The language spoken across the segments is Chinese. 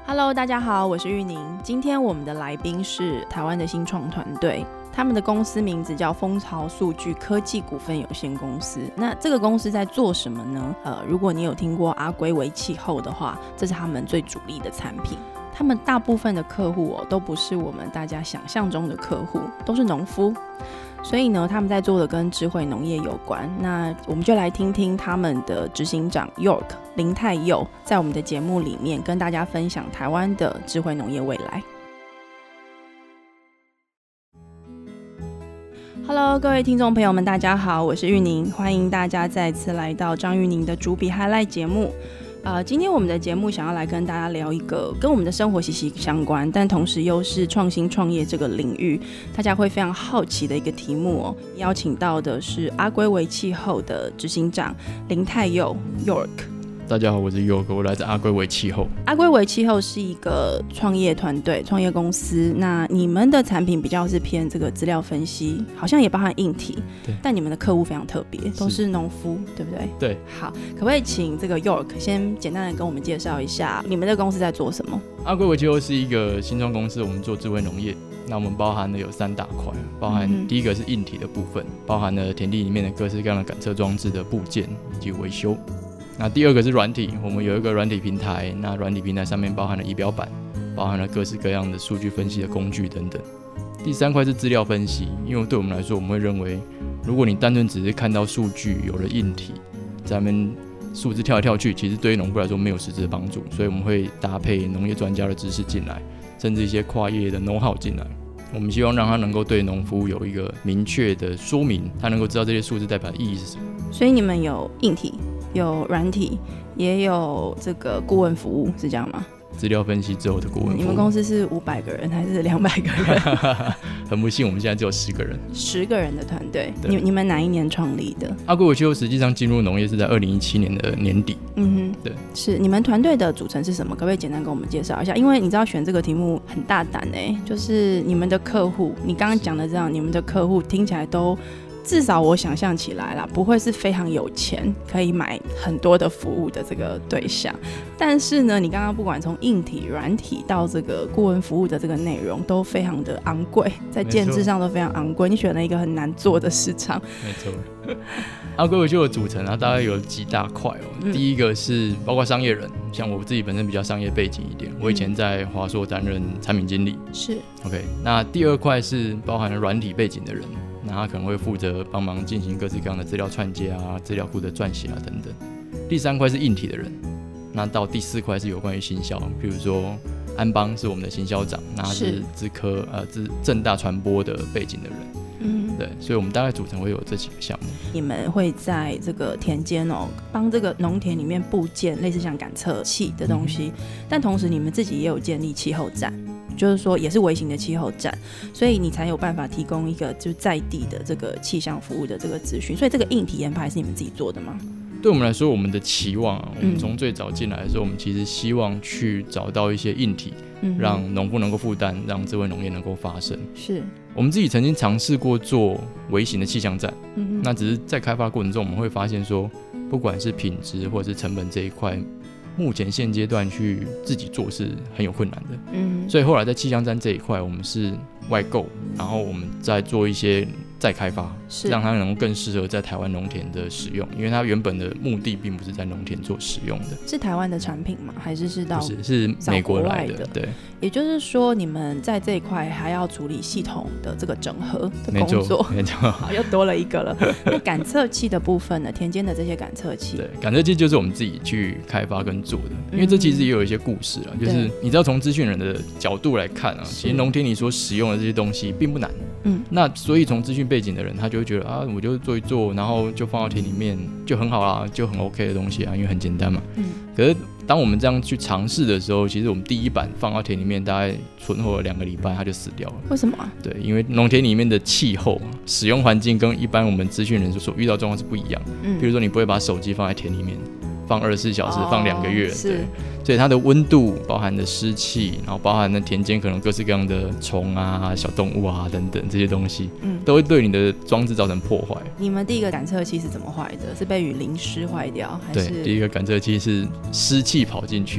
Hello， 大家好，我是玉宁。今天我们的来宾是台湾的新创团队，他们的公司名字叫蜂巢数据科技股份有限公司。那这个公司在做什么呢？如果你有听过阿圭为气候的话，这是他们最主力的产品。他们大部分的客户都不是我们大家想象中的客户，都是农夫。所以呢，他们在做的跟智慧农业有关。那我们就来听听他们的执行长 York 林泰佑在我们的节目里面跟大家分享台湾的智慧农业未来。Hello， 各位听众朋友们，大家好，我是玉宁，欢迎大家再次来到张玉宁的主笔 Highlight 节目。今天我们的节目想要来跟大家聊一个跟我们的生活息息相关，但同时又是创新创业这个领域大家会非常好奇的一个题目邀请到的是阿圭为气候的执行长林泰佑 York。 大家好，我是 York， 我来自阿圭为气候。 阿圭为气候是一个创业团队、创业公司。那你们的产品比较是偏这个资料分析，好像也包含硬体，但你们的客户非常特别，都是农夫，对不对？ 对。 好，可不可以请这个 York 先简单的跟我们介绍一下你们的公司在做什么？ 阿圭为气候是一个新创公司，我们做智慧农业。那我们包含了有3大块，包含第一个是硬体的部分，包含了田地里面的各式各样的感测装置的部件以及维修。那第二个是软体，我们有一个软体平台，那软体平台上面包含了仪表板，包含了各式各样的数据分析的工具等等。第3块是资料分析，因为对我们来说，我们会认为，如果你单纯只是看到数据，有了硬体，在那边数字跳来跳去，其实对于农夫来说没有实质的帮助，所以我们会搭配农业专家的知识进来，甚至一些跨业的 know-how 进来。我们希望让他能够对农夫有一个明确的说明，他能够知道这些数字代表的意义是什么。 所以你们有硬体，有软体，也有这个顾问服务，是这样吗？ 资料分析之后的顾问服务。 你们公司是500个人还是200个人？ 很不幸，我们现在只有10个人。 10个人的团队。你们哪一年创立的？ 阿圭为气候实际上进入农业是在2017年的年底。对。 是你们团队的组成是什么？可不可以简单跟我们介绍一下？因为你知道选这个题目很大胆就是你们的客户，你刚刚讲的这样，你们的客户听起来都。至少我想象起来啦，不会是非常有钱可以买很多的服务的这个对象，但是呢，你刚刚不管从硬体、软体到这个顾问服务的这个内容都非常的昂贵，在建制上都非常昂贵，你选了一个很难做的市场。 没错。阿圭为气候的组成大概有几大块第一个是包括商业人，像我自己本身比较商业背景一点，我以前在华硕担任产品经理。 是。 OK， 那第2块是包含了软体背景的人。那他可能会负责帮忙进行各式各样的资料串接资料库的撰写等等。第3块是硬体的人，那到第4块是有关于行销，比如说安邦是我们的行销长，那他是政大传播的背景的人。对，所以我们大概组成会有这几个项目。 你们会在这个田间帮这个农田里面布建类似像感测器的东西，但同时你们自己也有建立气候站。就是说也是微型的气候站，所以你才有办法提供一个就在地的这个气象服务的这个资讯。所以这个硬体研发是你们自己做的吗？ 对我们来说，我们的期望我们从最早进来的时候，我们其实希望去找到一些硬体，让农夫能够负担，让智慧农业能够发生。 是我们自己曾经尝试过做微型的气象站，那只是在开发过程中，我们会发现说，不管是品质或者是成本这一块。目前现阶段去自己做是很有困难的，所以后来在气象站这一块，我们是外购，然后我们再做一些再开发，让它能够更适合在台湾农田的使用，因为它原本的目的并不是在农田做使用的。 是台湾的产品吗？还是到不是，是美国来的？对。 也就是说，你们在这一块还要处理系统的这个整合的工作， 没错， 好，又多了一个了。那感测器的部分呢？田间的这些感测器， 对，感测器就是我们自己去开发跟做的，因为这其实也有一些故事啊，就是你知道从资讯人的角度来看其实农田里所使用的这些东西并不难，那所以从资讯背景的人，他就会觉得我就做一做，然后就放到田里面就很好啦，就很 OK 的东西因为很简单嘛。可是当我们这样去尝试的时候，其实我们第一版放到田里面，大概存活了2个礼拜，它就死掉了。 为什么？ 对，因为农田里面的气候、使用环境跟一般我们资讯人所遇到的状况是不一样。比如说，你不会把手机放在田里面放24小时，放2个月，对，所以它的温度包含的湿气，然后包含的田间可能各式各样的虫小动物等等这些东西，都会对你的装置造成破坏。 你们第一个感测器是怎么坏的？是被雨淋湿坏掉，还是？ 对，第一个感测器是湿气跑进去，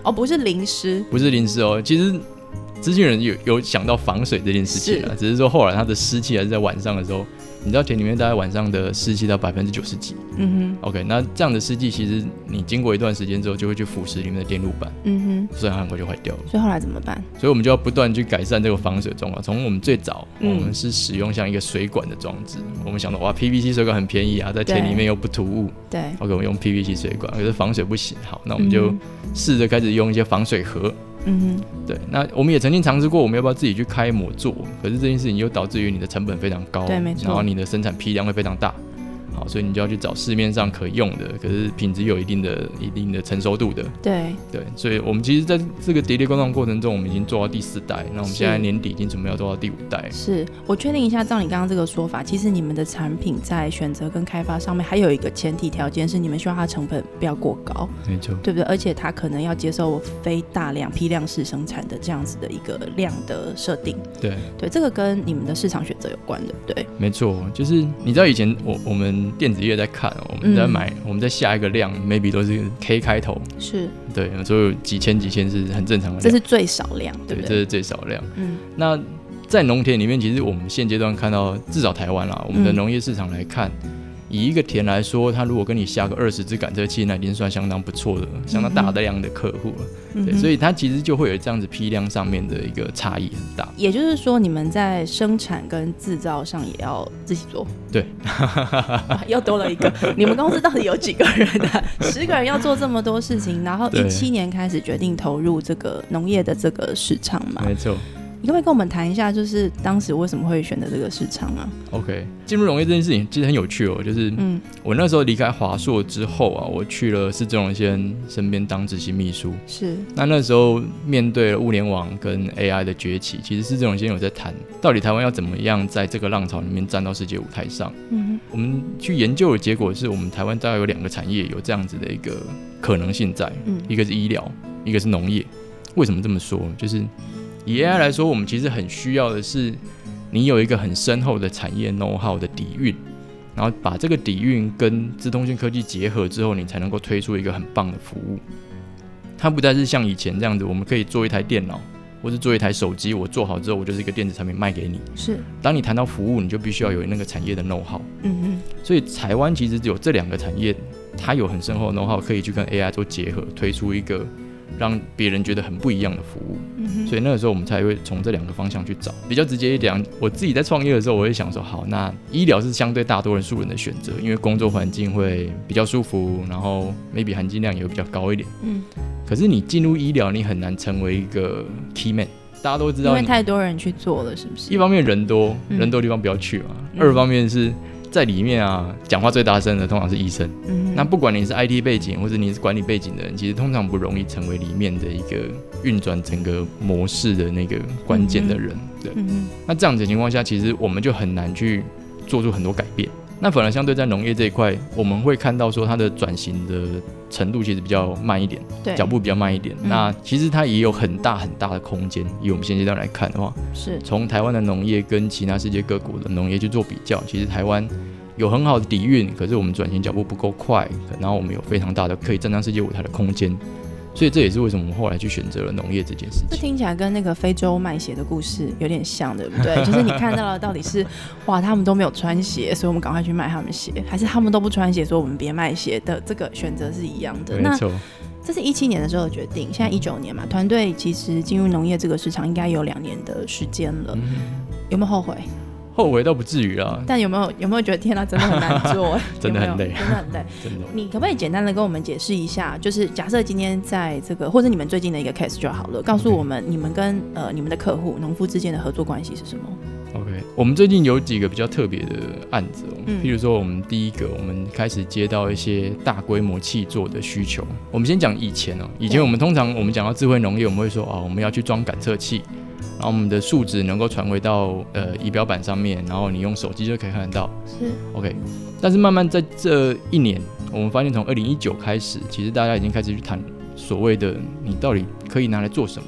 哦，不是淋湿， 不是淋湿哦。其实资讯人有想到防水这件事情只是说后来它的湿气还是在晚上的时候，你知道田里面大概晚上的湿气到90%几。OK， 那这样的湿气其实你经过一段时间之后就会去腐蚀里面的电路板。所以它很快就坏掉了。 所以后来怎么办？ 所以我们就要不断去改善这个防水状况。从我们最早，我们是使用像一个水管的装置。我们想到哇 ，PVC 水管很便宜啊，在田里面又不突兀。 对 ，OK， 我们用 PVC 水管，可是防水不行。好，那我们就试着开始用一些防水盒。对，那我们也曾经尝试过，我们要不要自己去开模做？可是这件事情又导致于你的成本非常高， 对，没错， 然后你的生产批量会非常大。好，所以你就要去找市面上可用的，可是品质有一定的成熟度的。 对， 所以我们其实在这个迭代工厂过程中，我们已经做到第4代，那我们现在年底已经准备要做到第5代。 是我确定一下，照你刚刚这个说法，其实你们的产品在选择跟开发上面还有一个前提条件是，你们希望它成本不要过高， 没错， 对不对？而且它可能要接受非大量批量式生产的这样子的一个量的设定。对，这个跟你们的市场选择有关，对不对？ 没错，就是你知道以前我们电子业在看，我们在买，我们在下一个量 maybe 都是 K 开头， 是， 对，所以有几千是很正常的量， 这是最少量，对不对？ 这是最少量。那在农田里面，其实我们现阶段看到，至少台湾啦，我们的农业市场来看，以一个田来说，他如果跟你下个20支感测器，那已经算相当不错的、相当大量的客户了。对，所以它其实就会有这样子批量上面的一个差异很大。 也就是说，你们在生产跟制造上也要自己做。 对， 又多了一个。你们公司到底有几个人啊？10个人要做这么多事情，然后17年开始决定投入这个农业的这个市场嘛？ 没错。 你可不可以跟我们谈一下，就是当时为什么会选择这个市场啊 ？OK， 进入农业这件事情其实很有趣哦。就是我那时候离开华硕之后啊，我去了施正荣先身边当执行秘书。 是。 那时候面对了物联网跟 AI 的崛起，其实施正荣先有在谈，到底台湾要怎么样在这个浪潮里面站到世界舞台上。我们去研究的结果是我们台湾大概有2个产业有这样子的一个可能性在，一个是医疗，一个是农业。为什么这么说？就是以 AI 来说，我们其实很需要的是你有一个很深厚的产业 know-how 的底蕴，然后把这个底蕴跟资通讯科技结合之后，你才能够推出一个很棒的服务。它不再是像以前这样子，我们可以做一台电脑或是做一台手机，我做好之后，我就是一个电子产品卖给你。是，当你谈到服务，你就必须要有那个产业的 know-how。所以台湾其实只有这2个产业，它有很深厚的 know-how， 可以去跟 AI 做结合，推出一个让别人觉得很不一样的服务。所以那个时候我们才会从这2个方向去找。比较直接一点，我自己在创业的时候，我会想说，好，那医疗是相对大多数人的选择，因为工作环境会比较舒服，然后 maybe 含金量也会比较高一点。可是你进入医疗，你很难成为一个 key man。大家都知道， 因为太多人去做了，是不是？ 一方面人多的地方不要去嘛。2方面是在里面啊，讲话最大声的通常是医生。那不管你是 IT 背景或者你是管理背景的人，其实通常不容易成为里面的一个运转整个模式的那个关键的人。对，那这样子的情况下，其实我们就很难去做出很多改变。那反而相对在农业这一块，我们会看到说它的转型的程度其实比较慢一点，脚步比较慢一点。那其实它也有很大的空间。以我们现阶段来看的话，是从台湾的农业跟其他世界各国的农业去做比较，其实台湾有很好的底蕴，可是我们转型脚步不够快，然后我们有非常大的可以站上世界舞台的空间。所以这也是为什么我们后来去选择了农业这件事情。 这听起来跟那个非洲卖鞋的故事有点像，对不对？就是你看到了到底是哇，他们都没有穿鞋，所以我们赶快去卖他们鞋，还是他们都不穿鞋，所以我们别卖鞋的这个选择是一样的。 没错。 这是17年的时候的决定，现在19年嘛，团队其实进入农业这个市场应该有2年的时间了，有没有后悔？ 后悔倒不至于啦， 但有没有觉得天哪，真的很难做真的很累， 真的很累。真的，你可不可以简单的跟我们解释一下，就是假设今天在这个或者你们最近的一个 case 就好了，告诉我们你们跟你们的客户农夫之间的合作关系是什么 ？OK， 我们最近有几个比较特别的案子譬如说我们第一个，我们开始接到一些大规模契作的需求。我们先讲以前以前我们通常我们讲到智慧农业，我们会说我们要去装感测器。然后我们的数值能够传回到仪表板上面，然后你用手机就可以看得到。是 OK， 但是慢慢在这1年，我们发现从2019开始，其实大家已经开始去谈所谓的你到底可以拿来做什么。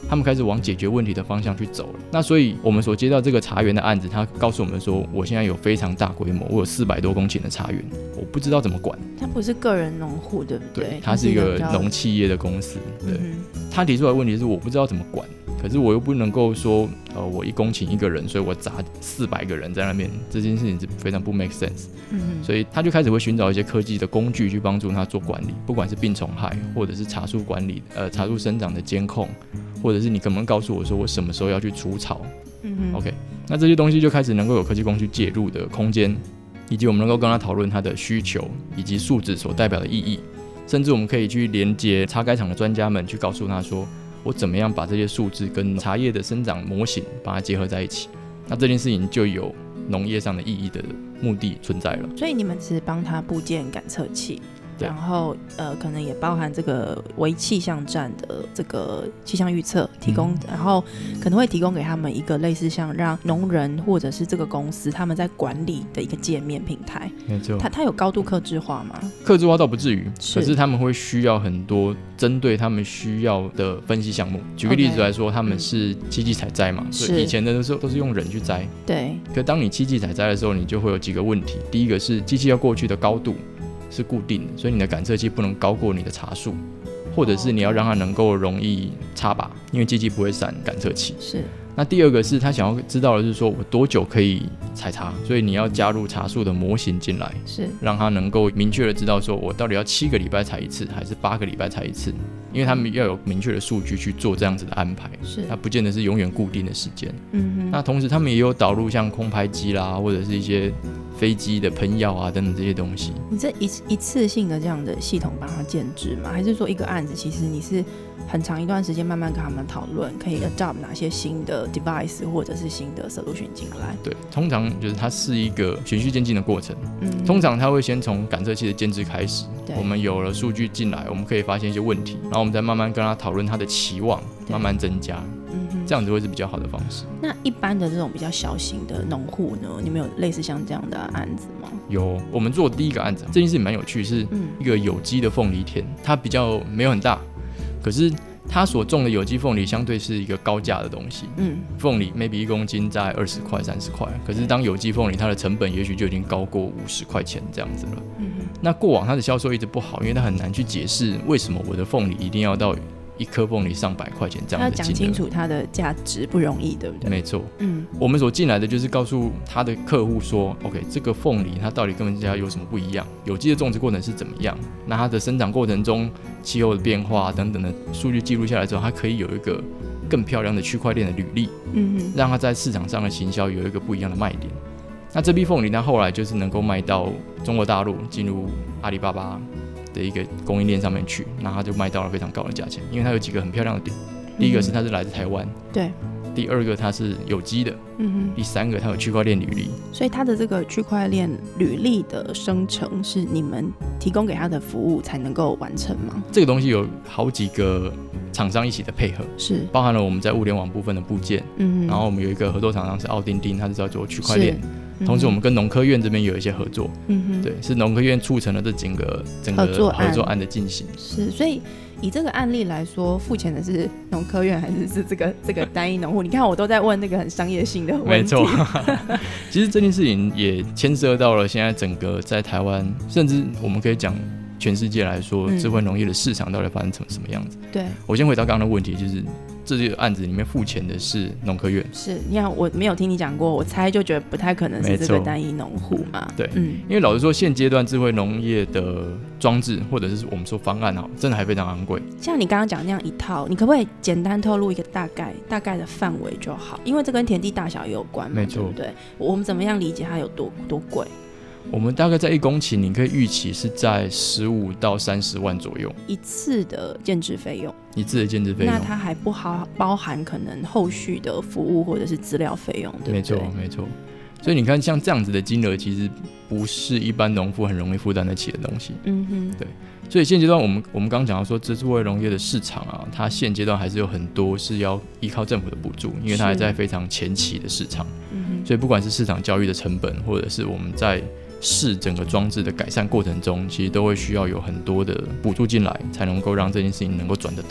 他们开始往解决问题的方向去走了。那所以我们所接到这个茶园的案子，他告诉我们说，我现在有非常大规模，我有400多公顷的茶园，我不知道怎么管。 他不是个人农户，对不对？ 对，他是一个农企业的公司。对，他提出来的问题是我不知道怎么管，可是我又不能够说，我1公顷1个人，所以我砸400个人在那边，这件事情是非常不 make sense。所以他就开始会寻找一些科技的工具去帮助他做管理，不管是病虫害，或者是茶树管理，茶树生长的监控，或者是你可不可以告诉我说我什么时候要去除草？OK， 那这些东西就开始能够有科技工具介入的空间，以及我们能够跟他讨论他的需求以及数值所代表的意义，甚至我们可以去连接茶改场的专家们，去告诉他说，我怎么样把这些数字跟茶叶的生长模型把它结合在一起，那这件事情就有农业上的意义的目的存在了。 所以你们只是帮他布建感测器，然后可能也包含这个微气象站的这个气象预测提供，然后可能会提供给他们一个类似像让农人或者是这个公司他们在管理的一个界面平台。 没错， 它有高度客制化吗？ 客制化倒不至于，可是他们会需要很多针对他们需要的分析项目。举个例子来说，他们是机器采摘嘛，所以以前的都是用人去摘。 对。 可当你机器采摘的时候，你就会有几个问题。第一个是机器要过去的高度是固定的，所以你的感测器不能高过你的茶树，或者是你要让它能够容易插拔，因为机器不会闪感测器。 是。 那第二个是他想要知道的是说我多久可以采茶，所以你要加入茶树的模型进来， 是让他能够明确的知道说我到底要7个礼拜采一次还是8个礼拜采一次，因为他们要有明确的数据去做这样子的安排，是它不见得是永远固定的时间。那同时他们也有导入像空拍机啦，或者是一些飞机的喷药啊等等这些东西。 你这一次性的这样的系统帮他建制吗？还是说一个案子其实你是很长一段时间慢慢跟他们讨论，可以 adopt 哪些新的 device 或者是新的 solution 进来？ 对，通常就是它是一个循序渐进的过程。通常它会先从感测器的建制开始，我们有了数据进来，我们可以发现一些问题，然后我们再慢慢跟他讨论他的期望，慢慢增加。这样子会是比较好的方式。 那一般的这种比较小型的农户呢，你们有类似像这样的案子吗？ 有，我们做第一个案子，这件事蛮有趣，是一个有机的凤梨田，它比较没有很大，可是它所种的有机凤梨相对是一个高价的东西。凤梨 maybe 1公斤在20块30块，可是当有机凤梨它的成本也许就已经高过50块钱这样子了。那过往它的销售一直不好，因为它很难去解释为什么我的凤梨一定要到1颗凤梨上100块钱这样的金额，要讲清楚它的价值不容易，对不对？ 没错。我们所进来的就是告诉他的客户说 OK， 这个凤梨它到底跟人家有什么不一样，有机的种植过程是怎么样，那它的生长过程中气候的变化等等的数据记录下来之后，它可以有一个更漂亮的区块链的履历，让它在市场上的行销有一个不一样的卖点。那这批凤梨它后来就是能够卖到中国大陆，进入阿里巴巴的一个供应链上面去，那它就卖到了非常高的价钱，因为它有几个很漂亮的点。第一个是它是来自台湾， 对。 第二个它是有机的，第三个它有区块链履历。 所以它的这个区块链履历的生成是你们提供给它的服务才能够完成吗？ 这个东西有好几个厂商一起的配合， 是包含了我们在物联网部分的部件，然后我们有一个合作厂商是奥丁丁，它是叫做区块链。同时我们跟农科院这边有一些合作，对，是农科院促成了这整个合作案的进行。 是，所以以这个案例来说，付钱的是农科院还是这个单一农户？你看我都在问那个很商业性的问题。 没错，其实这件事情也牵涉到了现在整个在台湾，甚至我们可以讲全世界来说，智慧农业的市场到底发展成什么样子？ 对，我先回答刚刚的问题，就是这个案子里面付钱的是农科院。 是，你看我没有听你讲过，我猜就觉得不太可能是这个单一农户嘛。 对，因为老实说，现阶段智慧农业的装置或者是我们说方案真的还非常昂贵。像你刚刚讲那样一套，你可不可以简单透露一个大概的范围就好？因为这跟田地大小也有关嘛， 没错， 对不对？我们怎么样理解它有多贵？ 我们大概在1公顷，你可以预期是在15到30万左右一次的建制费用。 那它还不包含可能后续的服务或者是资料费用，对不对？ 没错。所以你看，像这样子的金额，其实不是一般农夫很容易负担得起的东西。对。所以现阶段我们刚刚讲到说，智慧农业的市场啊，它现阶段还是有很多是要依靠政府的补助，因为它还在非常前期的市场。所以不管是市场教育的成本，或者是我们在试整个装置的改善过程中，其实都会需要有很多的补助进来，才能够让这件事情能够转得动。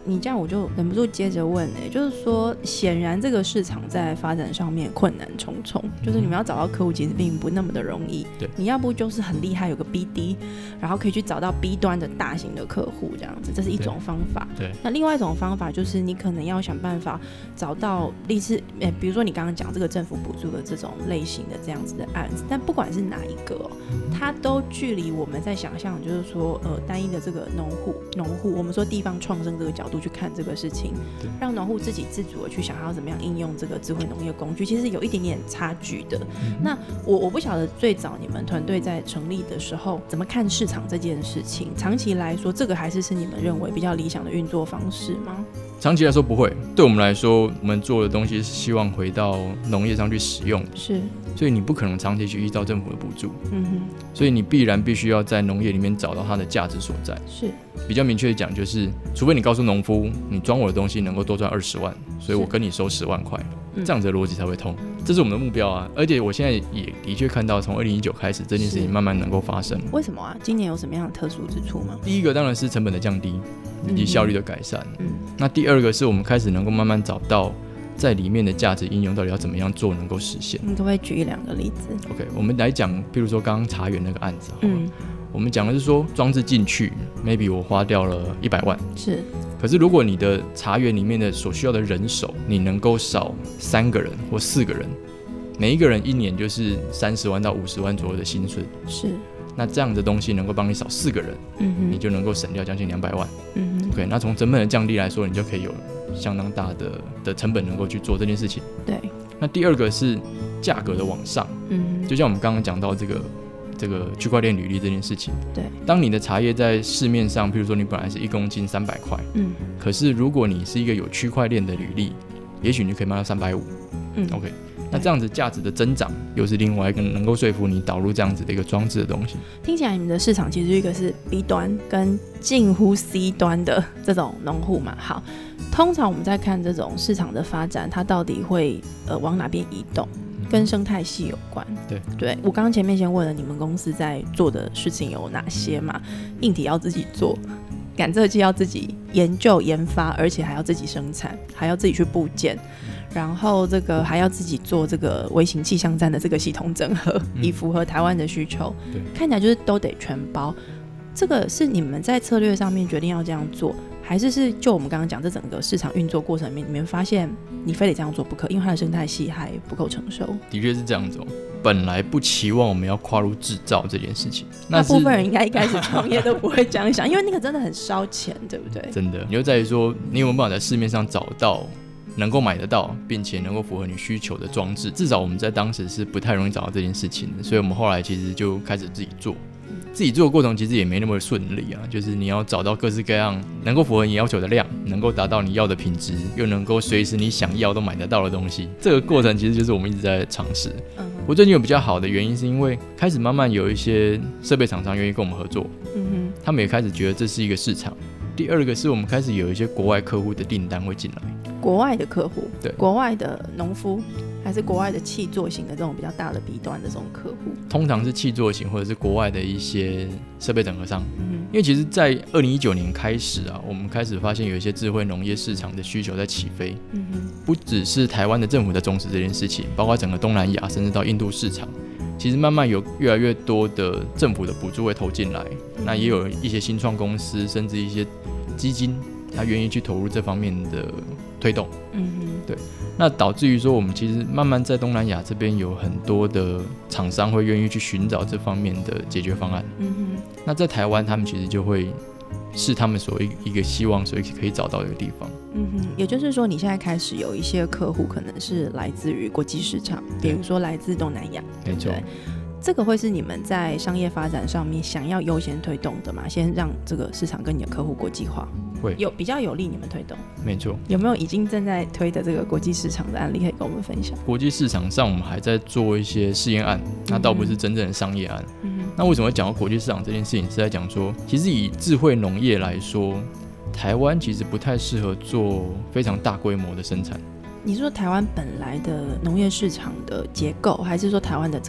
你这样我就忍不住接着问就是说显然这个市场在发展上面困难重重，就是你们要找到客户其实并不那么的容易， 对， 你要不就是很厉害有个 BD， 然后可以去找到 B 端的大型的客户这样子，这是一种方法。 对， 那另外一种方法就是你可能要想办法找到类似比如说你刚刚讲这个政府补助的这种类型的这样子的案子，但不管是哪一个它都距离我们在想象就是说单一的这个农户我们说地方创生这个角度去看这个事情，让农户自给自足的去想要怎么样应用这个智慧农业工具，其实有一点点差距的。那我不晓得最早你们团队在成立的时候怎么看市场这件事情，长期来说这个还是你们认为比较理想的运作方式吗？ 长期来说不会，对我们来说我们做的东西是希望回到农业上去使用， 是， 所以你不可能长期去依照政府的补助，所以你必须要在农业里面找到它的价值所在。是，比较明确的讲就是除非你告诉农夫你装我的东西能够多赚20万，所以我跟你收10万块，这样子的逻辑才会通，这是我们的目标啊。而且我现在也的确看到从2019开始这件事情慢慢能够发生。 为什么啊？今年有什么样的特殊之处吗？ 第一个当然是成本的降低以及效率的改善，那第二个是我们开始能够慢慢找到在里面的价值应用到底要怎么样做能够实现。你可不可以举1-2个例子？ OK， 我们来讲譬如说刚刚茶园那个案子好了，我们讲的是说装置进去 maybe 我花掉了100万，是，可是如果你的茶园里面的所需要的人手你能够少3个人或4个人，每一个人1年就是30万到50万左右的薪水，是，那这样的东西能够帮你少4个人，你就能够省掉将近200万。OK， 那从成本的降低来说，你就可以有相当大的成本能够去做这件事情。对。那第二个是价格的往上，就像我们刚刚讲到这个区块链履历这件事情。对。当你的茶叶在市面上，譬如说你本来是1公斤300块，可是如果你是一个有区块链的履历，也许你就可以卖到350。OK。那这样子价值的增长又是另外一个能够说服你导入这样子的一个装置的东西。听起来你们的市场其实一个是 B 端跟近乎 C 端的这种农户嘛。好，通常我们在看这种市场的发展，它到底会往哪边移动，跟生态系有关。对，我刚刚前面先问了你们公司在做的事情有哪些嘛？硬体要自己做，感测器要自己研究研发，而且还要自己生产，还要自己去部件，然后这个还要自己做这个微型气象站的这个系统整合，以符合台湾的需求。看起来就是都得全包。这个是你们在策略上面决定要这样做，还是就我们刚刚讲这整个市场运作过程里面，你们发现你非得这样做不可，因为它的生态系还不够成熟？的确是这样子本来不期望我们要跨入制造这件事情，那部分人应该一开始创业都不会这样想，因为那个真的很烧钱，对不对？真的，你就在于说你有没有办法在市面上找到能够买得到并且能够符合你需求的装置，至少我们在当时是不太容易找到这件事情的，所以我们后来其实就开始自己做。自己做的过程其实也没那么顺利啊，就是你要找到各式各样能够符合你要求的量，能够达到你要的品质，又能够随时你想要都买得到的东西，这个过程其实就是我们一直在尝试。我最近有比较好的原因是因为开始慢慢有一些设备厂商愿意跟我们合作，他们也开始觉得这是一个市场。第二个是我们开始有一些国外客户的订单会进来。国外的客户？对，国外的农夫还是国外的契作型的这种比较大的 B 端的这种客户？通常是契作型或者是国外的一些设备整合商。因为其实在2019年开始啊，我们开始发现有一些智慧农业市场的需求在起飞。不只是台湾的政府在重视这件事情，包括整个东南亚甚至到印度市场，其实慢慢有越来越多的政府的补助会投进来，那也有一些新创公司甚至一些基金他愿意去投入这方面的推动。对，那导致于说我们其实慢慢在东南亚这边有很多的厂商会愿意去寻找这方面的解决方案。那在台湾他们其实就会是他们所一个希望所以可以找到的一个地方。也就是说你现在开始有一些客户可能是来自于国际市场，比如说来自东南亚。没错，这个会是你们在商业发展上面想要优先推动的吗？先让这个市场跟你的客户国际化，会有比较有利你们推动？没错。有没有已经正在推的这个国际市场的案例可以跟我们分享？国际市场上我们还在做一些试验案，那倒不是真正的商业案。那为什么会讲到国际市场这件事情，是在讲说其实以智慧农业来说，台湾其实不太适合做非常大规模的生产。你是说台湾本来的农业市场的结构，还是说台湾的这个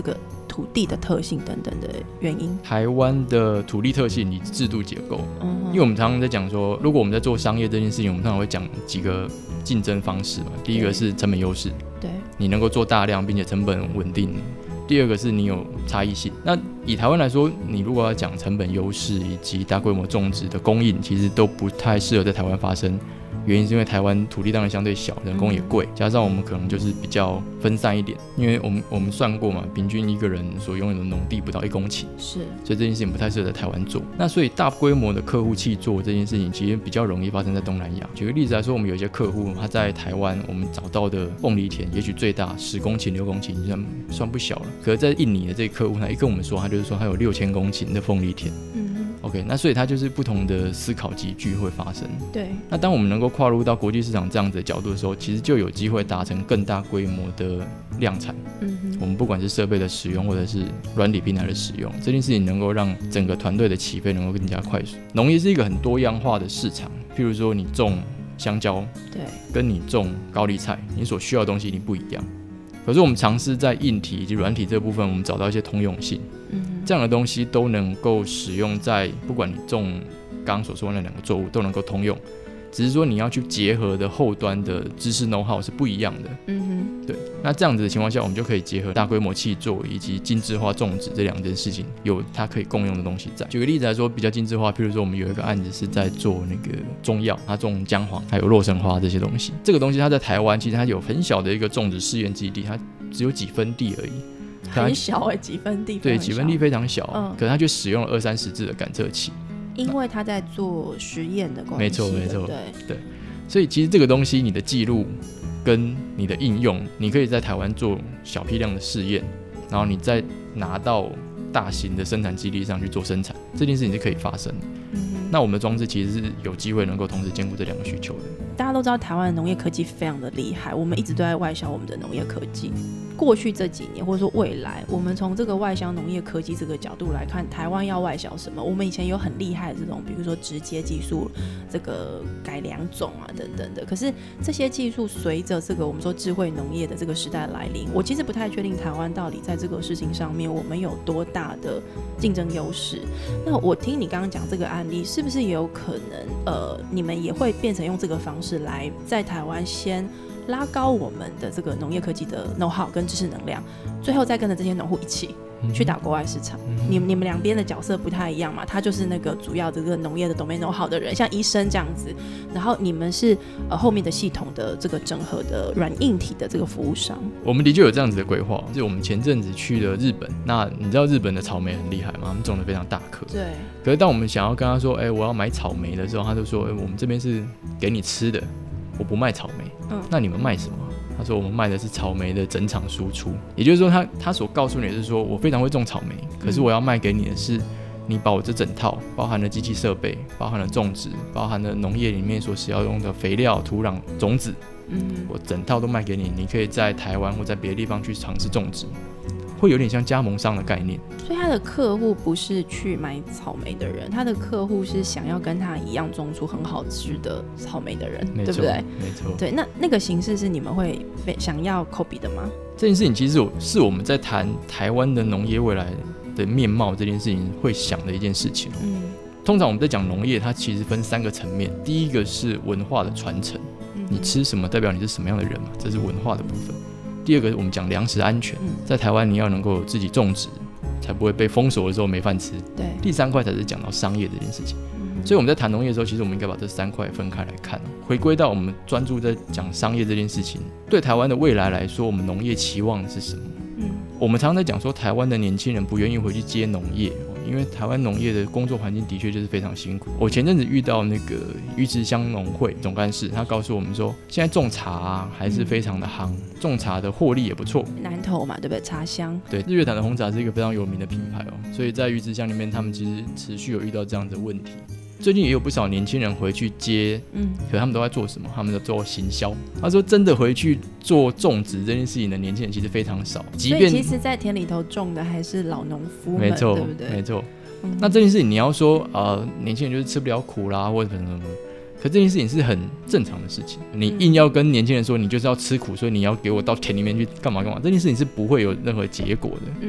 土地的特性等等的原因？ 台湾的土地特性以及制度结构，因为我们常常在讲说，如果我们在做商业这件事情，我们常常会讲几个竞争方式嘛。第一个是成本优势， 对， 你能够做大量并且成本稳定。第二个是你有差异性。那以台湾来说，你如果要讲成本优势以及大规模种植的供应，其实都不太适合在台湾发生。原因是因为台湾土地当然相对小，人工也贵，加上我们可能就是比较分散一点。因为我们算过嘛，平均一个人所拥有的农地不到1公顷， 是， 所以这件事情不太适合在台湾做。那所以大规模的客户契作这件事情，其实比较容易发生在东南亚。举个例子来说，我们有一些客户，他在台湾我们找到的凤梨田，也许最大10公顷、6公顷，算不小了。可是在印尼的这个客户，他一跟我们说，他就是说他有6000公顷的凤梨田。OK， 那所以它就是不同的思考集聚会发生。 对。 那当我们能够跨入到国际市场这样子的角度的时候，其实就有机会达成更大规模的量产。我们不管是设备的使用，或者是软体平台的使用，这件事情能够让整个团队的起飞能够更加快速。农业是一个很多样化的市场，譬如说你种香蕉，对，跟你种高丽菜，你所需要的东西一定不一样。可是我们尝试在硬体以及软体这部分，我们找到一些通用性。这样的东西都能够使用在不管你种刚刚所说的那2个作物都能够通用，只是说你要去结合的后端的知识 know-how 是不一样的。对。那这样子的情况下，我们就可以结合大规模契作以及精致化种植这2件事情，有它可以共用的东西在。举个例子来说，比较精致化，譬如说我们有一个案子是在做那个中药，它种姜黄还有洛神花这些东西。这个东西它在台湾其实它有很小的一个种植试验基地，它只有几分地而已。 很小几分地， 对，几分地非常小，可是他就使用了20-30支的感测器， 因为他在做实验的关系。 没错，对。所以其实这个东西，你的记录跟你的应用，你可以在台湾做小批量的试验，然后你再拿到大型的生产基地上去做生产，这件事情是可以发生的。那我们的装置其实是有机会能够同时兼顾这2个需求的。 大家都知道台湾的农业科技非常的厉害，我们一直都在外销我们的农业科技。过去这几年或者说未来，我们从这个外销农业科技这个角度来看，台湾要外销什么？我们以前有很厉害的这种，比如说直接技术、这个改良种啊等等的。可是这些技术随着这个我们说智慧农业的这个时代来临，我其实不太确定台湾到底在这个事情上面我们有多大的竞争优势。那我听你刚刚讲这个案例，是不是也有可能你们也会变成用这个方式来在台湾先拉高我们的这个农业科技的 know-how 跟知识能量，最后再跟着这些农户一起去打国外市场。你们两边的角色不太一样嘛，他就是那个主要这个农业的 domain know-how 的人，像医生这样子，然后你们是后面的系统的这个整合的软硬体的这个服务商。 我们的确有这样子的规划，就是我们前阵子去了日本，那你知道日本的草莓很厉害吗？他们种得非常大颗。 对。 可是当我们想要跟他说，我要买草莓的时候，他就说，我们这边是给你吃的，我不卖草莓。那你们卖什么？他说我们卖的是草莓的整场输出，也就是说他所告诉你的是说，我非常会种草莓，可是我要卖给你的是你把我这整套包含了机器设备，包含了种植，包含了农业里面所需要用的肥料、土壤、种子，我整套都卖给你，你可以在台湾或在别的地方去尝试种植，会有点像加盟商的概念。 所以他的客户不是去买草莓的人，他的客户是想要跟他一样种出很好吃的草莓的人，对不对？ 没错。 对，那个形式是你们会想要 copy 的吗？ 这件事情其实是我们在谈台湾的农业未来的面貌这件事情会想的一件事情。通常我们在讲农业，它其实分3个层面，第一个是文化的传承，你吃什么代表你是什么样的人嘛，这是文化的部分。第二个我们讲粮食安全，在台湾你要能够自己种植，才不会被封锁的时候没饭吃。对。第3块才是讲到商业这件事情。所以我们在谈农业的时候，其实我们应该把这3块分开来看，回归到我们专注在讲商业这件事情。对台湾的未来来说，我们农业期望的是什么？我们常常在讲说，台湾的年轻人不愿意回去接农业，因为台湾农业的工作环境的确就是非常辛苦。我前阵子遇到那个鱼池乡农会总干事，他告诉我们说，现在种茶还是非常的夯，种茶的获利也不错。 南投嘛，对不对？茶乡。对， 日月潭的红茶是一个非常有名的品牌所以在鱼池乡里面，他们其实持续有遇到这样的问题。最近也有不少年轻人回去接，可他们都在做什么？他们在做行销。他说，真的回去做种植这件事情的年轻人其实非常少。 所以其实，在田里头种的还是老农夫们， 没错， 对不对？ 没错。那这件事情你要说，年轻人就是吃不了苦啦，或者什么，可这件事情是很正常的事情。你硬要跟年轻人说，你就是要吃苦，所以你要给我到田里面去干嘛干嘛，这件事情是不会有任何结果的。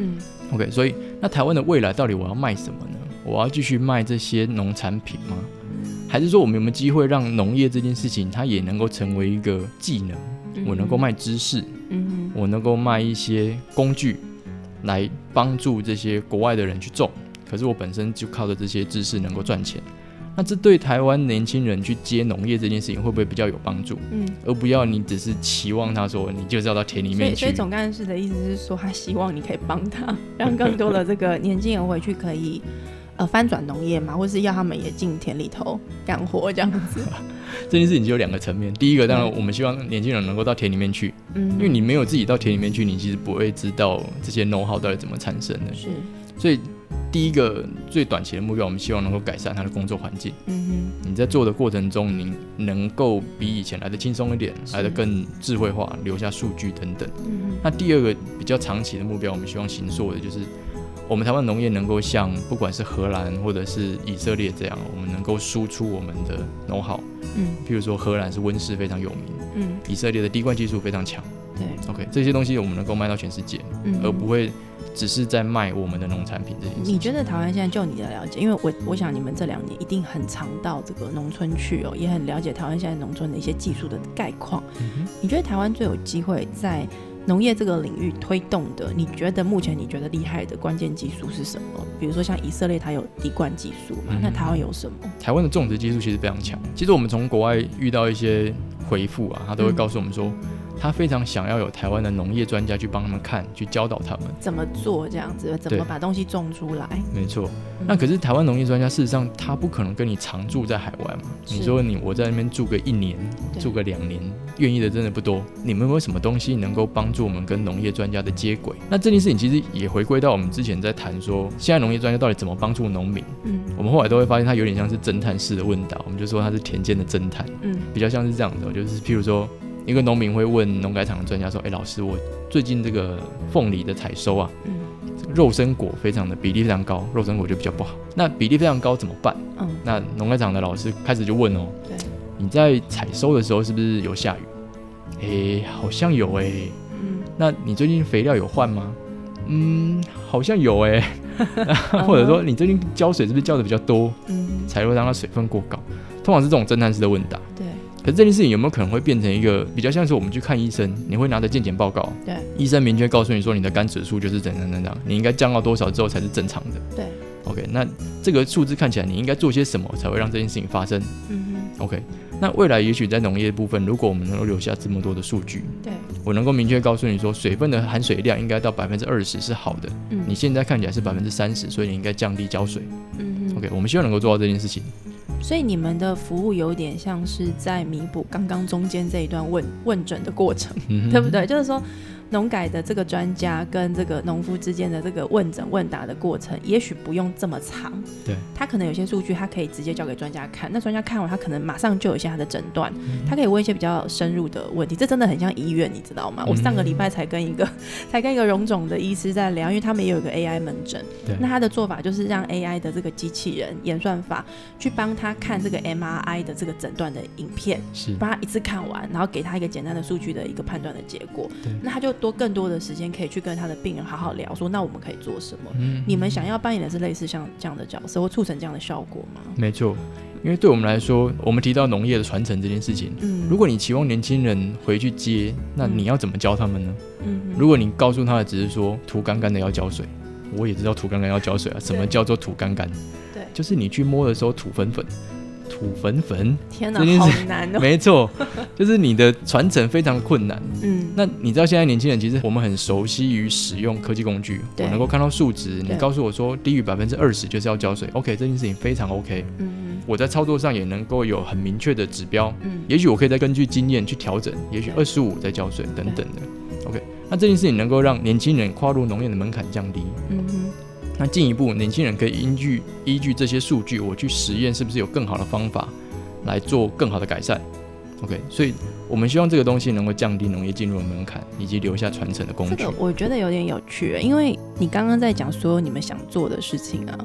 OK， 所以那台湾的未来到底我要卖什么呢？我要继续卖这些农产品吗？还是说我们有没有机会让农业这件事情它也能够成为一个技能？我能够卖知识，我能够卖一些工具来帮助这些国外的人去种，可是我本身就靠着这些知识能够赚钱。那这对台湾年轻人去接农业这件事情会不会比较有帮助？而不要你只是期望他说你就是要到田里面去。 所以总干事的意思是说，他希望你可以帮他，让更多的这个年轻人回去可以翻转农业嘛，或是要他们也进田里头干活这样子。 这件事情就有2个层面，第一个当然我们希望年轻人能够到田里面去，因为你没有自己到田里面去，你其实不会知道这些 know how 到底怎么产生的。是，所以第一个最短期的目标，我们希望能够改善他的工作环境。你在做的过程中，你能够比以前来的轻松一点，来的更智慧化，留下数据等等。那第二个比较长期的目标，我们希望形塑的就是我们台湾农业能够像不管是荷兰或者是以色列这样，我们能够输出我们的 know how。譬如说荷兰是温室非常有名，以色列的滴灌技术非常强。对 ，OK， 这些东西我们能够卖到全世界，而不会只是在卖我们的农产品这件事情。 你觉得台湾现在就你的了解，因为我想你们这2年一定很常到这个农村去也很了解台湾现在农村的一些技术的概况。你觉得台湾最有机会在农业这个领域推动的，你觉得目前你觉得厉害的关键技术是什么？比如说像以色列它有滴灌技术嘛，那台湾有什么？ 台湾的种植技术其实非常强。其实我们从国外遇到一些回复啊，他都会告诉我们说，他非常想要有台湾的农业专家去帮他们看，去教导他们怎么做，这样子怎么把东西种出来。 没错。那可是台湾农业专家事实上他不可能跟你常住在海外嘛。你说我在那边住个1年，住个2年，愿意的真的不多。你们有没有什么东西能够帮助我们跟农业专家的接轨？那这件事情其实也回归到我们之前在谈说，现在农业专家到底怎么帮助农民。我们后来都会发现他有点像是侦探式的问答，我们就说他是田间的侦探。比较像是这样的，就是譬如说一个农民会问农改场的专家说，老师，我最近这个凤梨的采收啊，肉身果非常的比例非常高，肉身果就比较不好。那比例非常高怎么办？那农改场的老师开始就问你在采收的时候是不是有下雨？好像有那你最近肥料有换吗？好像有或者说你最近浇水是不是浇的比较多？才会让它水分过高。通常是这种侦探式的问答。对。可是这件事情有没有可能会变成一个比较像是我们去看医生，你会拿着健检报告，对，医生明确告诉你说你的肝指数就是怎样，你应该降到多少之后才是正常的。对 ，OK， 那这个数字看起来你应该做些什么才会让这件事情发生？OK， 那未来也许在农业部分，如果我们能够留下这么多的数据，对，我能够明确告诉你说水分的含水量应该到20%是好的，你现在看起来是30%，所以你应该降低浇水。OK， 我们希望能够做到这件事情。 所以你们的服务有点像是在弥补刚刚中间这一段问诊的过程，对不对？就是说农改的这个专家跟这个农夫之间的这个问诊问答的过程，也许不用这么长。对，他可能有些数据他可以直接交给专家看，那专家看完他可能马上就有一些他的诊断，他可以问一些比较深入的问题。这真的很像医院，你知道吗？我上个礼拜才跟一个荣总的医师在聊，因为他们也有一个 AI 门诊。那他的做法就是让 AI 的这个机器人演算法去帮他看这个 MRI 的这个诊断的影片，帮他一次看完，然后给他一个简单的数据的一个判断的结果。那他就更多的时间可以去跟他的病人好好聊，说那我们可以做什么？你们想要扮演的是类似像这样的角色，或促成这样的效果吗？ 没错，因为对我们来说，我们提到农业的传承这件事情，如果你期望年轻人回去接，那你要怎么教他们呢？如果你告诉他的只是说土干干的要浇水，我也知道土干干要浇水啊，什么叫做土干干？对，就是你去摸的时候土粉粉。土粉粉， 天哪，好难哦！ 没错，就是你的传承非常困难。那你知道现在年轻人其实我们很熟悉于使用科技工具，我能够看到数值，你告诉我说低于20%就是要浇水 ，OK， 这件事情非常 OK。我在操作上也能够有很明确的指标，也许我可以再根据经验去调整，也许25再浇水等等的 ，OK。那这件事情能够让年轻人跨入农业的门槛降低。那进一步，年轻人可以依据这些数据，我去实验是不是有更好的方法来做更好的改善。OK， 所以我们希望这个东西能够降低农业进入的门槛，以及留下传承的工具。 这个我觉得有点有趣，因为你刚刚在讲所有你们想做的事情啊，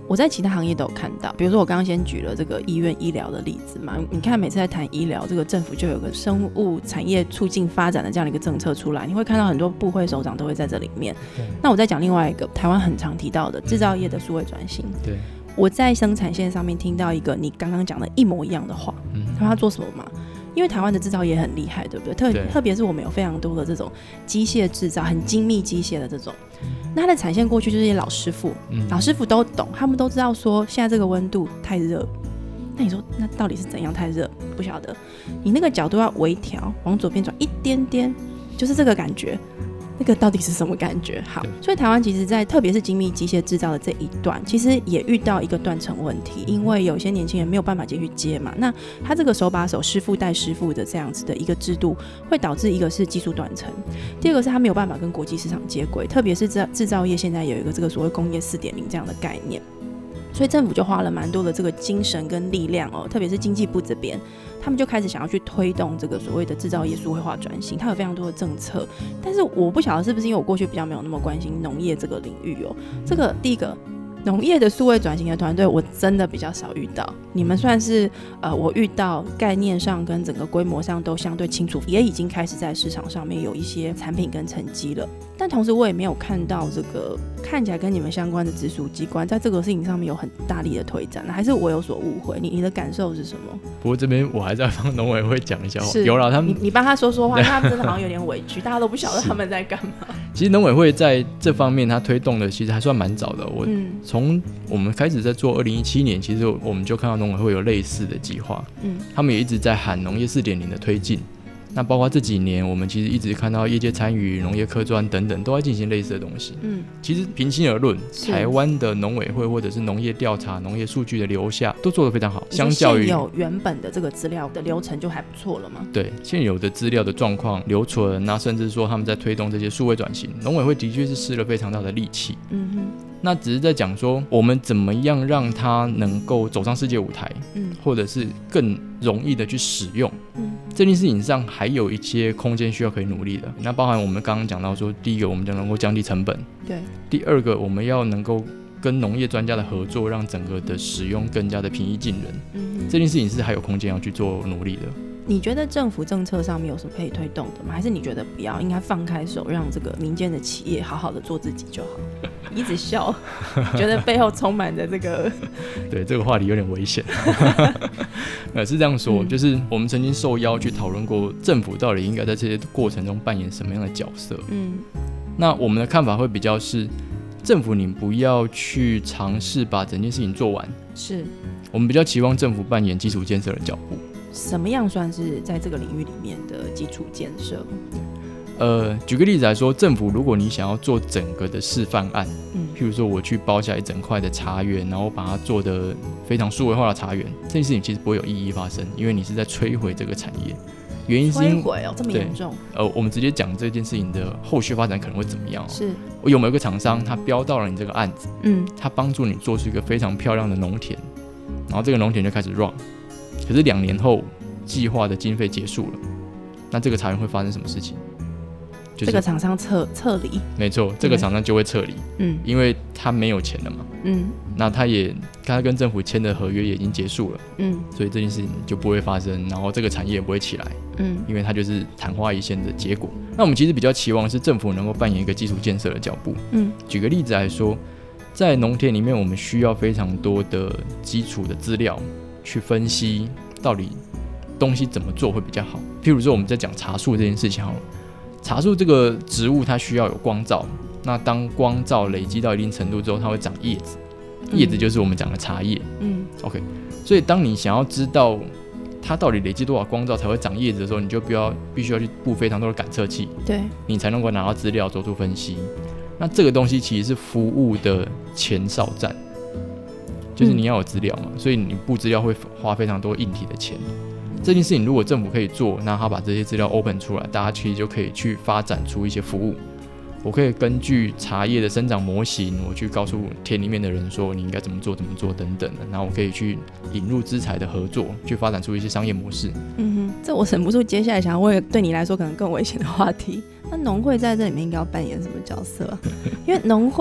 我在其他行业都有看到，比如说我刚刚先举了这个医院医疗的例子嘛，你看每次在谈医疗，这个政府就有个生物产业促进发展的这样的一个政策出来，你会看到很多部会首长都会在这里面。那我再讲另外一个台湾很常提到的制造业的数位转型。 对， 我在生产线上面听到一个你刚刚讲的一模一样的话，他要做什么吗？因为台湾的制造业很厉害，对不对？特别是我们有非常多的这种机械制造，很精密机械的这种，那它的产线过去就是一些老师傅，老师傅都懂，他们都知道说现在这个温度太热，那你说那到底是怎样太热？不晓得，你那个角度要微调，往左边转一点点，就是这个感觉。那个到底是什么感觉？好，所以台湾其实在特别是精密机械制造的这一段，其实也遇到一个断层问题，因为有些年轻人没有办法进去接嘛。那他这个手把手师傅带师傅的这样子的一个制度，会导致一个是技术断层，第二个是他没有办法跟国际市场接轨，特别是制造业现在有一个这个所谓工业 4.0 这样的概念。所以政府就花了蛮多的这个精神跟力量哦，特别是经济部这边，他们就开始想要去推动这个所谓的制造业数位化转型，它有非常多的政策，但是我不晓得是不是因为我过去比较没有那么关心农业这个领域哦。这个第一个农业的数位转型的团队，我真的比较少遇到。你们算是我遇到概念上跟整个规模上都相对清楚，也已经开始在市场上面有一些产品跟成绩了。但同时我也没有看到这个看起来跟你们相关的直属机关在这个事情上面有很大力的推展，还是我有所误会？你的感受是什么？ 不过这边我还是要帮农委会讲一下话。有啦，他们你帮他说话，他们真的好像有点委屈，大家都不晓得他们在干嘛。 其实农委会在这方面他推动的其实还算蛮早的。从我们开始在做2017年，其实我们就看到农委会有类似的计划，他们也一直在喊农业 4.0 的推进。那包括这几年，我们其实一直看到业界参与、农业科专等等，都在进行类似的东西。其实平心而论，台湾的农委会或者是农业调查、农业数据的留下，都做得非常好。相较于现有原本的这个资料的流程就还不错了吗？ 对，现有的资料的状况、留存，那甚至说他们在推动这些数位转型，农委会的确是施了非常大的力气。那只是在讲说，我们怎么样让它能够走上世界舞台，或者是更容易的去使用，这件事情上还有一些空间需要可以努力的。那包含我们刚刚讲到说，第一个我们就能够降低成本，对；第二个我们要能够跟农业专家的合作，让整个的使用更加的平易近人。这件事情是还有空间要去做努力的。 你觉得政府政策上面有什么可以推动的吗？还是你觉得不要，应该放开手，让这个民间的企业好好的做自己就好？一直笑，觉得背后充满着这个对，这个话题有点危险。是这样说，就是我们曾经受邀去讨论过政府到底应该在这些过程中扮演什么样的角色。那我们的看法会比较是，政府你不要去尝试把整件事情做完，是我们比较期望政府扮演基础建设的脚步。 什么样算是在这个领域里面的基础建设？ 举个例子来说，政府如果你想要做整个的示范案，譬如说我去包下一整块的茶园，然后把它做得非常数位化的茶园，这件事情其实不会有意义发生，因为你是在摧毁这个产业。原因是摧毁这么严重？ 我们直接讲这件事情的后续发展可能会怎么样。 是我有没有一个厂商，他标到了你这个案子，他帮助你做出一个非常漂亮的农田，然后这个农田就开始 run， 可是2年后计划的经费结束了，那这个茶园会发生什么事情？就是、 这个厂商撤离， 没错，这个厂商就会撤离，因为他没有钱了嘛，那他跟政府签的合约也已经结束了，所以这件事情就不会发生，然后这个产业也不会起来，因为它就是昙花一现的结果。那我们其实比较期望是政府能够扮演一个基础建设的脚步，举个例子来说，在农田里面，我们需要非常多的基础的资料去分析到底东西怎么做会比较好。譬如说我们在讲茶树这件事情好了，茶树这个植物它需要有光照，那当光照累积到一定程度之后，它会长叶子，叶子就是我们讲的茶叶。OK， 所以当你想要知道它到底累积多少光照才会长叶子的时候，你就必须要去布非常多的感测器，对，你才能够拿到资料做出分析。那这个东西其实是服务的前哨站，就是你要有资料嘛，所以你布资料会花非常多硬体的钱。这件事情如果政府可以做，那他把这些资料 open 出来，大家其实就可以去发展出一些服务。我可以根据茶叶的生长模型，我去告诉田里面的人说你应该怎么做等等的，然后我可以去引入资材的合作，去发展出一些商业模式。 这我忍不住接下来想要问对你来说可能更危险的话题。那农会在这里面应该要扮演什么角色？因为农会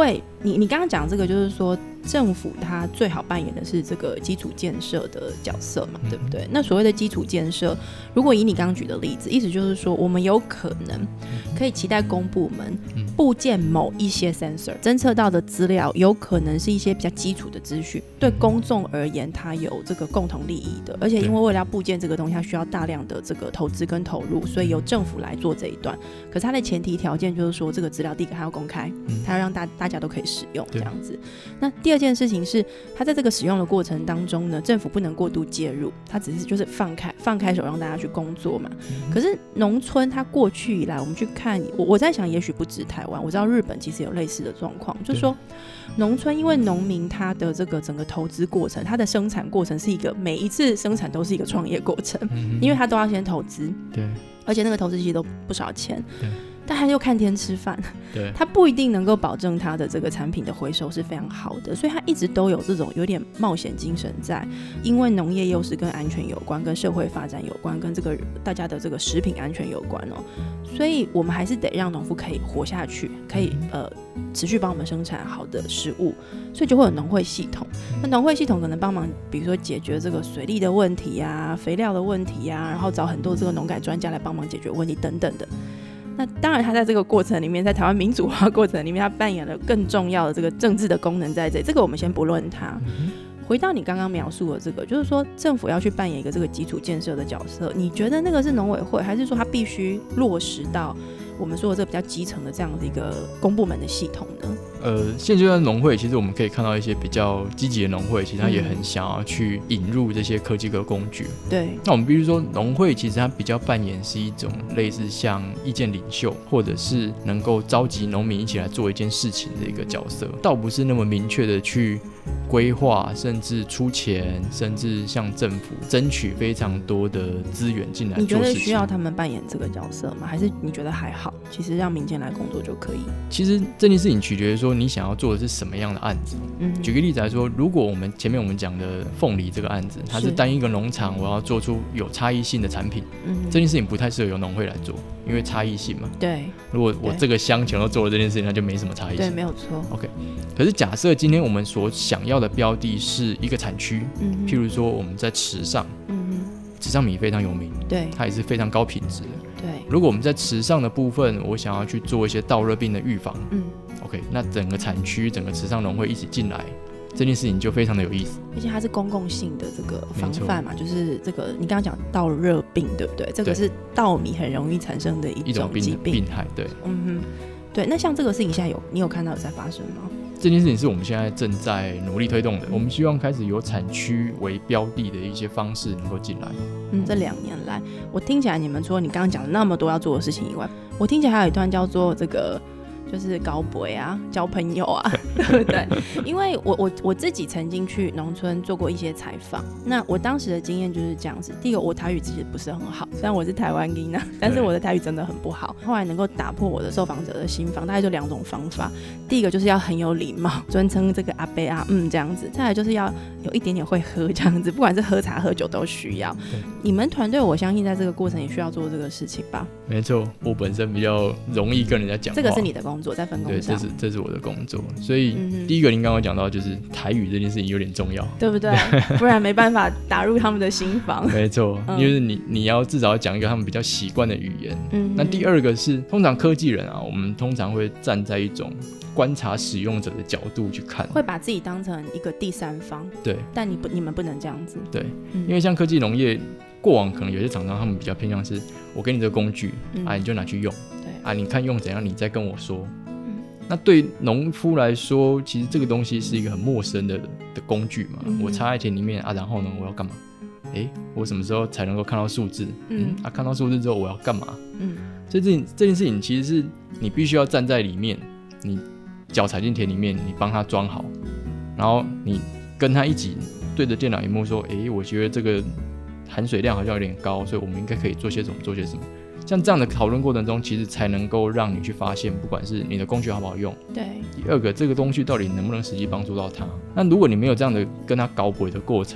你刚刚讲这个就是说政府它最好扮演的是这个基础建设的角色嘛，对不对？那所谓的基础建设，如果以你刚刚举的例子，意思就是说我们有可能可以期待公部门部件某一些 sensor 侦测到的资料，有可能是一些比较基础的资讯，对公众而言它有这个共同利益的，而且因为为了要部件这个东西它需要大量的这个投资跟投入，所以由政府来做这一段。可是它的前提条件就是说这个资料第一个它要公开，它要让大家都可以使用这样子。那第二件事情是它在这个使用的过程当中呢，政府不能过度介入，它只是就是放开手让大家去工作嘛。可是农村它过去以来我们去看，我在想也许不止台湾，我知道日本其实有类似的状况，就是说农村因为农民他的这个整个投资过程，他的生产过程是一个每一次生产都是一个创业过程，因为他都要先投资，对，而且那个投资其实都不少钱，对，但他又看天吃饭，对，他不一定能够保证他的这个产品的回收是非常好的，所以他一直都有这种有点冒险精神在，因为农业又是跟安全有关，跟社会发展有关，跟这个大家的这个食品安全有关哦，所以我们还是得让农夫可以活下去，可以持续帮我们生产好的食物，所以就会有农会系统。那农会系统可能帮忙，比如说解决这个水利的问题啊、肥料的问题啊，然后找很多这个农改专家来帮忙解决问题等等的。那当然他在这个过程里面，在台湾民主化过程里面，他扮演了更重要的这个政治的功能在这里，这个我们先不论它。回到你刚刚描述的这个，就是说政府要去扮演一个这个基础建设的角色，你觉得那个是农委会，还是说他必须落实到我们说的这个比较基层的这样的一个公部门的系统呢？ 现阶段农会其实我们可以看到一些比较积极的农会，其实他也很想要去引入这些科技的工具。对，那我们必须说，农会其实它比较扮演是一种类似像意见领袖，或者是能够召集农民一起来做一件事情的一个角色，倒不是那么明确的去规划，甚至出钱，甚至向政府争取非常多的资源进来做事情。你觉得需要他们扮演这个角色吗？还是你觉得还好？其实让民间来工作就可以。其实这件事情取决于说你想要做的是什么样的案子。举个例子来说，如果我们前面我们讲的凤梨这个案子，它是单一个农场，我要做出有差异性的产品，这件事情不太适合由农会来做，因为差异性嘛。对。如果我这个乡全都做了这件事情，那就没什么差异性。对，没有错。OK。可是假设今天我们所想要的标的是一个产区，譬如说我们在池上，池上米非常有名，对，它也是非常高品质的。对，如果我们在池上的部分，我想要去做一些稻热病的预防，OK， 那整个产区、整个池上农会一起进来，这件事情就非常的有意思。而且它是公共性的这个防范嘛，就是这个你刚刚讲稻热病，对不对？这个是稻米很容易产生的一种疾病害，对，对。那像这个事情现在你有看到有在发生吗？这件事情是我们现在正在努力推动的，我们希望开始有产区为标的的一些方式能够进来。这2年来，我听起来你们除了你刚刚讲的那么多要做的事情以外，我听起来还有一段叫做这个就是高博啊，交朋友啊，对不对？因为我自己曾经去农村做过一些采访，那我当时的经验就是这样子。第一个，我台语其实不是很好，虽然我是台湾人啊，但是我的台语真的很不好。后来能够打破我的受访者的心防，大概就2种方法。第一个就是要很有礼貌，尊称这个阿伯啊这样子；再来就是要有一点点会喝这样子，不管是喝茶喝酒都需要。你们团队我相信在这个过程也需要做这个事情吧？没错，我本身比较容易跟人家讲话，这个是你的工作，在分工上。对，这是我的工作，所以第一个您刚刚讲到就是台语这件事情有点重要，对不对？不然没办法打入他们的心房。没错，因为你要至少要讲一个他们比较习惯的语言。那第二个是通常科技人啊，我们通常会站在一种观察使用者的角度去看，会把自己当成一个第三方。对，但你们不能这样子。对，因为像科技农业过往可能有些厂商他们比较偏向是我给你这个工具你就拿去用，对你看用怎样你再跟我说。那对农夫来说，其实这个东西是一个很陌生的工具嘛，我插在田里面然后呢我要干嘛？我什么时候才能够看到数字？看到数字之后我要干嘛？所以这件事情其实是你必须要站在里面，你脚踩进田里面，你帮他装好，然后你跟他一起对着电脑萤幕说，我觉得这个含水量好像有点高，所以我们应该可以做些什么，做些什么。像这样的讨论过程中，其实才能够让你去发现，不管是你的工具好不好用，对。第二个，这个东西到底能不能实际帮助到他？那如果你没有这样的跟他搞鬼的过程，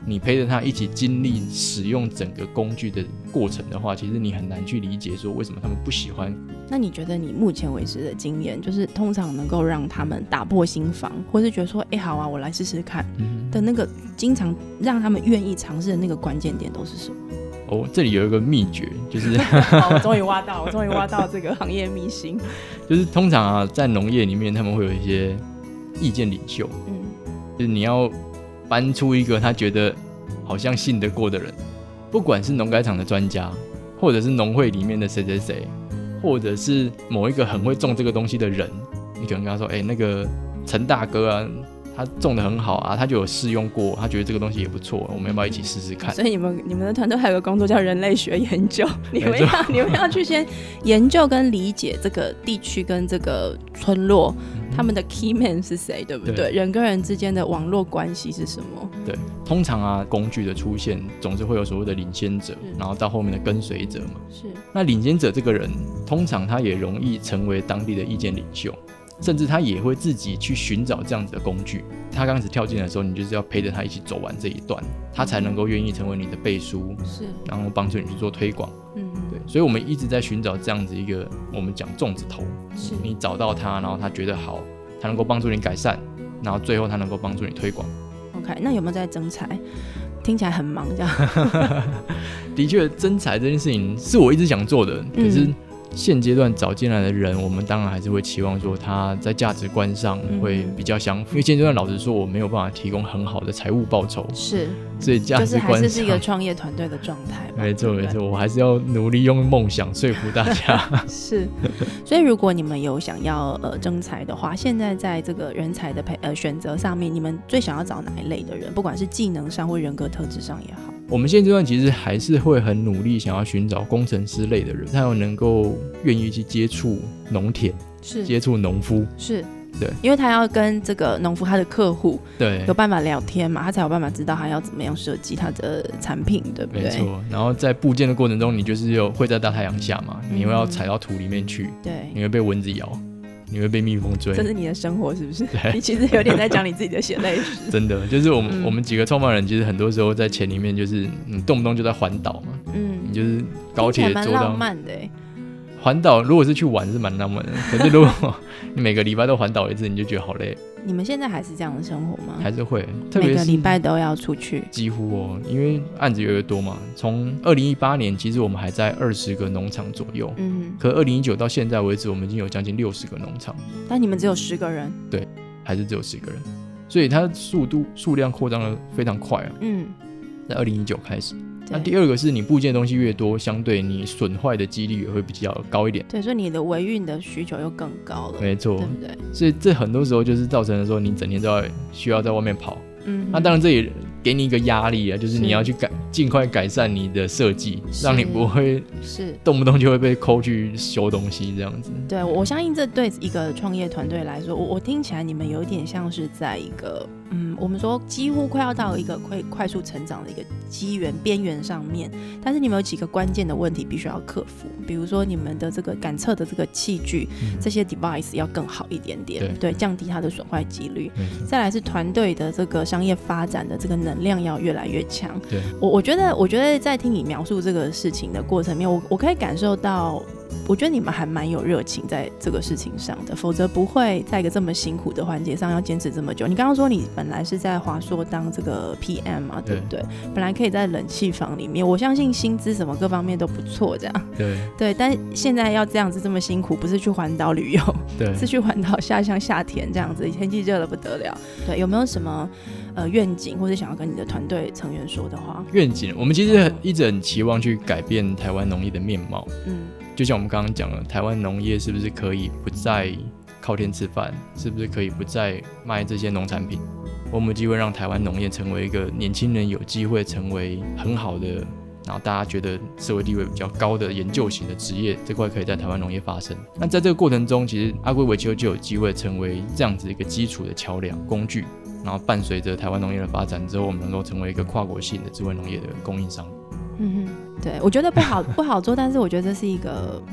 你陪着他一起经历使用整个工具的过程的话，其实你很难去理解说为什么他们不喜欢。 那你觉得你目前为止的经验，就是通常能够让他们打破心防，或是觉得说好啊，我来试试看的那个，经常让他们愿意尝试的那个关键点都是什么？ 这里有一个秘诀，就是我终于挖到这个行业秘辛。 就是通常啊，在农业里面他们会有一些意见领袖，就是你要搬出一个他觉得好像信得过的人，不管是农改场的专家，或者是农会里面的谁谁谁，或者是某一个很会种这个东西的人，你可能跟他说那个陈大哥啊，他种得很好啊，他就有试用过，他觉得这个东西也不错，我们要不要一起试试看？所以你们的团队还有个工作叫人类学研究，你们要去先研究跟理解这个地区跟这个村落，他们的 key man 是谁，对不 对？人跟人之间的网络关系是什么？ 对，通常啊，工具的出现总是会有所谓的领先者，然后到后面的跟随者嘛。是。那领先者这个人，通常他也容易成为当地的意见领袖。甚至他也会自己去寻找这样子的工具。他刚开始跳进来的时候，你就是要陪着他一起走完这一段，他才能够愿意成为你的背书，是，然后帮助你去做推广。对，所以我们一直在寻找这样子一个我们讲粽子头，是你找到他，然后他觉得好，他能够帮助你改善，然后最后他能够帮助你推广。 OK， 那有没有在征才？听起来很忙这样。 的确，征才这件事情是我一直想做的，可是现阶段找进来的人，我们当然还是会期望说他在价值观上会比较相符，因为现阶段老实说我没有办法提供很好的财务报酬，是，所以价值观上就是还是一个创业团队的状态。 没错没错，我还是要努力用梦想说服大家。 是，所以如果你们有想要征才的话，现在在这个人才的选择上面，你们最想要找哪一类的人？不管是技能上或人格特质上也好。 我们现阶段其实还是会很努力想要寻找工程师类的人，他有能够愿意去接触农田，是接触农夫，是，对， 因为他要跟这个农夫他的客户对有办法聊天嘛，他才有办法知道他要怎么样设计他的产品，对不对？ 没错。然后在布建的过程中，你就是会在大太阳下嘛，你会要踩到土里面去，对，你会被蚊子咬，你会被蜜蜂追， 这是你的生活是不是？你其实有点在讲你自己的血泪史。 真的，就是我们几个创办人，其实很多时候在钱里面，就是你动不动就在环岛嘛，你就是高铁坐到，蛮浪漫的。 环岛如果是去玩是蛮浪漫的，可是如果你每个礼拜都环岛一次，你就觉得好累。 你们现在还是这样的生活吗？ 还是会，特别是每个礼拜都要出去， 几乎哦，因为案子越来越多嘛。从2018年，其实我们还在20个农场左右，可2019到现在为止，我们已经有将近60个农场， 但你们只有10个人， 对，还是只有10个人，所以它数量扩张的非常快啊。在2019开始。那第二个是你部件的东西越多，相对你损坏的几率也会比较高一点。 对，所以你的维运的需求又更高了。 没错， 对不对？ 所以这很多时候就是造成了说你整天都要需要在外面跑。那当然这也给你一个压力啊，就是你要去尽快改善你的设计，让你不会是动不动就会被抠去修东西这样子。 对，我相信这对一个创业团队来说，我听起来你们有一点像是在一个我们说几乎快要到一个快速成长的一个机缘边缘上面，但是你们有几个关键的问题必须要克服，比如说你们的这个感测的这个器具，这些 device 要更好一点点，对，降低它的损坏几率。再来是团队的这个商业发展的这个能量要越来越强。对，我觉得在听你描述这个事情的过程里面，我可以感受到，我觉得你们还蛮有热情在这个事情上的，否则不会在一个这么辛苦的环节上要坚持这么久。你刚刚说你本来是在华硕当这个 PM 嘛，对不对？本来可以在冷气房里面，我相信薪资什么各方面都不错，这样。对，但现在要这样子这么辛苦，不是去环岛旅游，对，是去环岛像夏天这样子，天气热得不得了。对，有没有什么愿景或者想要跟你的团队成员说的话？ 愿景，我们其实一直很期望去改变台湾农业的面貌。就像我们刚刚讲了，台湾农业是不是可以不再靠天吃饭？是不是可以不再卖这些农产品？我们有机会让台湾农业成为一个年轻人有机会成为很好的，然后大家觉得社会地位比较高的研究型的职业，这块可以在台湾农业发生。那在这个过程中，其实阿圭维修就有机会成为这样子一个基础的桥梁工具，然后伴随着台湾农业的发展之后，我们能够成为一个跨国性的智慧农业的供应商。 对，我觉得不好做，但是我觉得这是一个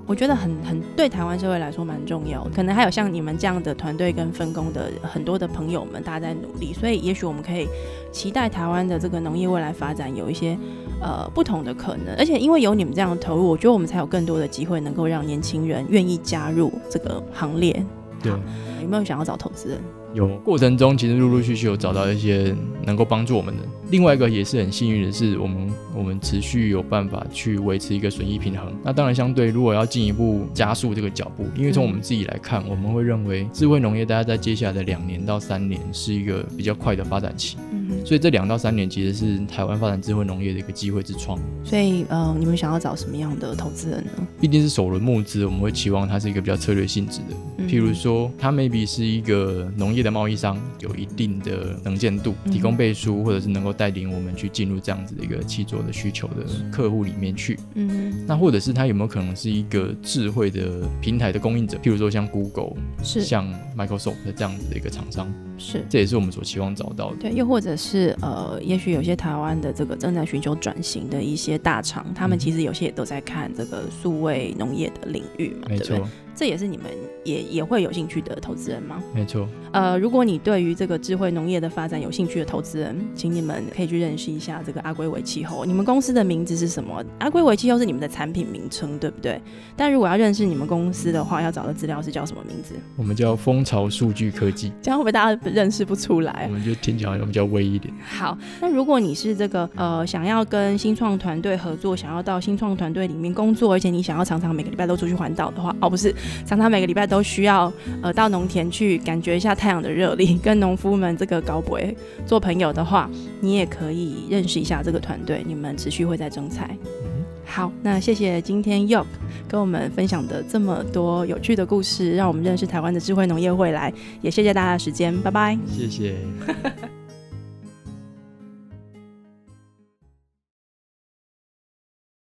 我觉得很对台湾社会来说蛮重要的，可能还有像你们这样的团队跟分工的很多的朋友们，大家在努力，所以也许我们可以期待台湾的这个农业未来发展有一些不同的可能，而且因为有你们这样的投入，我觉得我们才有更多的机会能够让年轻人愿意加入这个行列。 对， 有没有想要找投资人？ 有，过程中其实陆陆续续有找到一些能够帮助我们的。另外一个也是很幸运的是，我们持续有办法去维持一个损益平衡。那当然相对如果要进一步加速这个脚步，因为从我们自己来看，我们会认为智慧农业大概在接下来的2年到3年是一个比较快的发展期。所以这2到3年其实是台湾发展智慧农业的一个机会之窗。 所以你们想要找什么样的投资人呢？ 毕竟是首轮募资，我们会期望它是一个比较策略性质的，譬如说它 maybe 是一个农业的贸易商，有一定的能见度，提供背书，或者是能够带领我们去进入这样子的一个契作的需求的客户里面去。那或者是它有没有可能是一个智慧的平台的供应者，譬如说像 Google， 像 Microsoft 这样子的一个厂商，是，这也是我们所期望找到的。 对，又或者是也许有些台湾的这个正在寻求转型的一些大厂，他们其实有些也都在看这个数位农业的领域嘛， 没错， 对不对？这也是你们也会有兴趣的投资人吗？ 没错。 如果你对于这个智慧农业的发展有兴趣的投资人，请你们可以去认识一下这个阿圭维气候。你们公司的名字是什么？阿圭维气候是你们的产品名称，对不对？但如果要认识你们公司的话，要找的资料是叫什么名字？ 我们叫蜂巢数据科技。 这样会不会大家认识不出来？ 我们就听起来比较微一点。 好，那如果你是这个想要跟新创团队合作，想要到新创团队里面工作，而且你想要常常每个礼拜都出去环岛的话，不是，常常每个礼拜都需要到农田去感觉一下太阳的热力，跟农夫们这个高博做朋友的话，你也可以认识一下这个团队，你们持续会在征才。好，那谢谢今天 York 跟我们分享的这么多有趣的故事，让我们认识台湾的智慧农业未来，也谢谢大家的时间，拜拜。 谢谢。